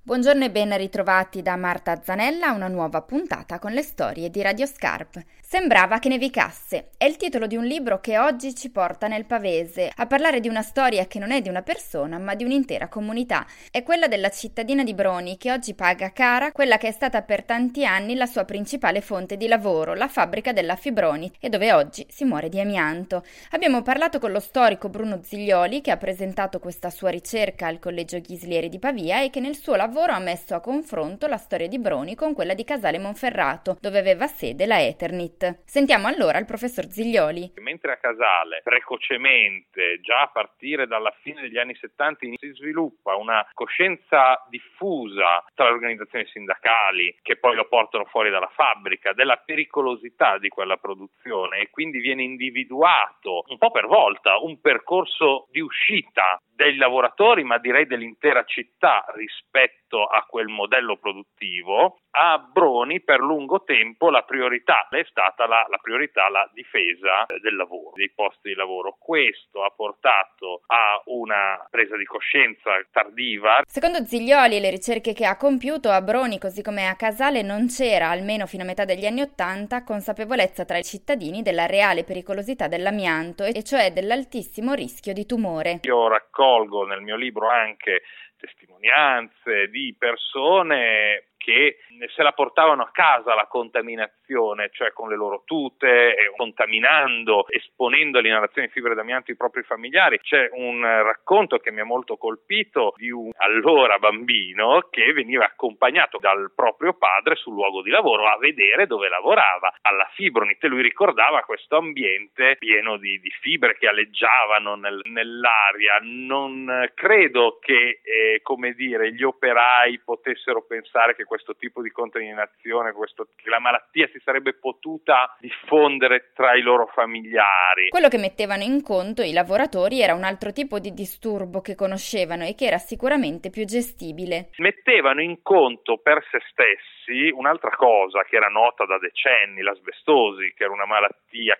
Buongiorno e ben ritrovati da Marta Zanella a una nuova puntata con le storie di Radio Scarp. Sembrava che nevicasse. È il titolo di un libro che oggi ci porta nel Pavese a parlare di una storia che non è di una persona ma di un'intera comunità. È quella della cittadina di Broni che oggi paga cara quella che è stata per tanti anni la sua principale fonte di lavoro, la fabbrica della Fibroni, e dove oggi si muore di amianto. Abbiamo parlato con lo storico Bruno Ziglioli che ha presentato questa sua ricerca al Collegio Ghislieri di Pavia e che nel suo lavoro ha messo a confronto la storia di Broni con quella di Casale Monferrato, dove aveva sede la Eternit. Sentiamo allora il professor Ziglioli. Mentre a Casale, precocemente, già a partire dalla fine degli anni 70, si sviluppa una coscienza diffusa tra le organizzazioni sindacali, che poi lo portano fuori dalla fabbrica, della pericolosità di quella produzione, e quindi viene individuato un po' per volta un percorso di uscita dei lavoratori, ma direi dell'intera città rispetto a quel modello produttivo. A Broni per lungo tempo la priorità è stata la priorità, la difesa del lavoro, dei posti di lavoro. Questo ha portato a una presa di coscienza tardiva. Secondo Ziglioli e le ricerche che ha compiuto, a Broni così come a Casale non c'era, almeno fino a metà degli anni '80, consapevolezza tra i cittadini della reale pericolosità dell'amianto, e cioè dell'altissimo rischio di tumore. Io raccolgo nel mio libro anche testimonianze di persone che se la portavano a casa la contaminazione, cioè con le loro tute, contaminando, esponendo all'inalazione di fibre d'amianto i propri familiari. C'è un racconto che mi ha molto colpito di un allora bambino che veniva accompagnato dal proprio padre sul luogo di lavoro a vedere dove lavorava, alla Fibronit. Lui ricordava questo ambiente pieno di fibre che aleggiavano nell'aria. Non credo che gli operai potessero pensare che questo tipo di contaminazione, che la malattia si sarebbe potuta diffondere tra i loro familiari. Quello che mettevano in conto i lavoratori era un altro tipo di disturbo che conoscevano e che era sicuramente più gestibile. Mettevano in conto per se stessi un'altra cosa che era nota da decenni, l'asbestosi, che è una malattia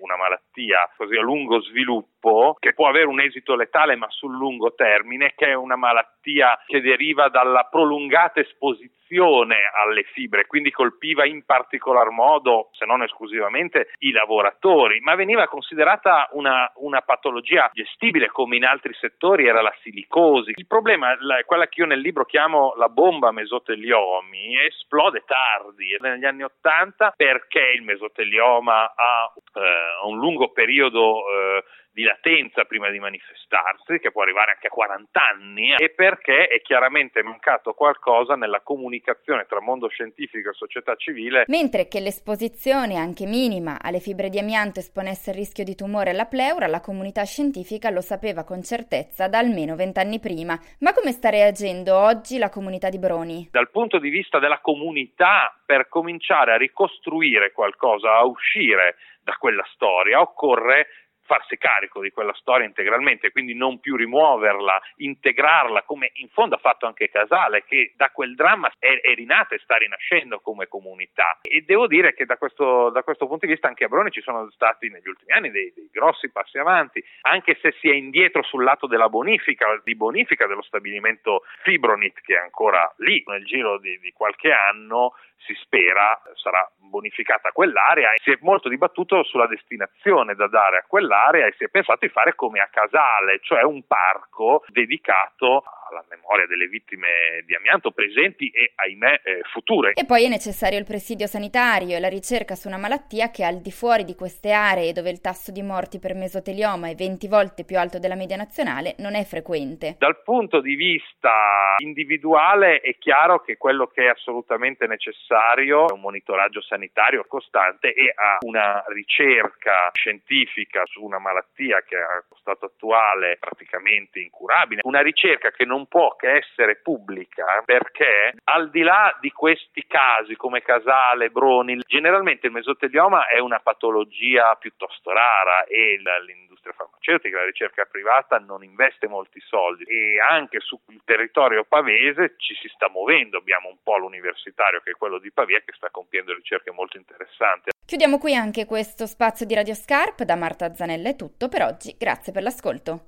così a lungo sviluppo, che può avere un esito letale ma sul lungo termine, che è una malattia che deriva dalla prolungata esposizione alle fibre, quindi colpiva in particolar modo, se non esclusivamente, i lavoratori, ma veniva considerata una patologia gestibile come in altri settori era la silicosi. Il problema, quella che io nel libro chiamo la bomba mesoteliomi, esplode tardi, negli anni '80, perché il mesotelioma ha un lungo periodo di latenza prima di manifestarsi, che può arrivare anche a 40 anni, e perché è chiaramente mancato qualcosa nella comunicazione tra mondo scientifico e società civile. Mentre che l'esposizione, anche minima, alle fibre di amianto esponesse il rischio di tumore alla pleura, la comunità scientifica lo sapeva con certezza da almeno 20 anni prima. Ma come sta reagendo oggi la comunità di Broni? Dal punto di vista della comunità, per cominciare a ricostruire qualcosa, a uscire da quella storia, occorre farsi carico di quella storia integralmente, quindi non più rimuoverla, integrarla, come in fondo ha fatto anche Casale, che da quel dramma è rinata e sta rinascendo come comunità. E devo dire che da questo punto di vista anche a Broni ci sono stati negli ultimi anni dei grossi passi avanti, anche se si è indietro sul lato della bonifica dello stabilimento Fibronit, che è ancora lì. Nel giro di qualche anno si spera sarà bonificata quell'area, e si è molto dibattuto sulla destinazione da dare a quell'area, e si è pensato di fare come a Casale, cioè un parco dedicato alla memoria delle vittime di amianto presenti e, ahimè, future. E poi è necessario il presidio sanitario e la ricerca su una malattia che al di fuori di queste aree, dove il tasso di morti per mesotelioma è 20 volte più alto della media nazionale, non è frequente. Dal punto di vista individuale è chiaro che quello che è assolutamente necessario è un monitoraggio sanitario costante e a una ricerca scientifica su una malattia che allo stato attuale è praticamente incurabile, una ricerca che non può che essere pubblica, perché al di là di questi casi come Casale, Broni, generalmente il mesotelioma è una patologia piuttosto rara e l'industria farmaceutica, la ricerca privata non investe molti soldi, e anche sul territorio pavese ci si sta muovendo. Abbiamo un polo universitario che è quello di Pavia che sta compiendo ricerche molto interessanti. Chiudiamo qui anche questo spazio di Radio Scarp. Da Marta Zanella è tutto per oggi, grazie per l'ascolto.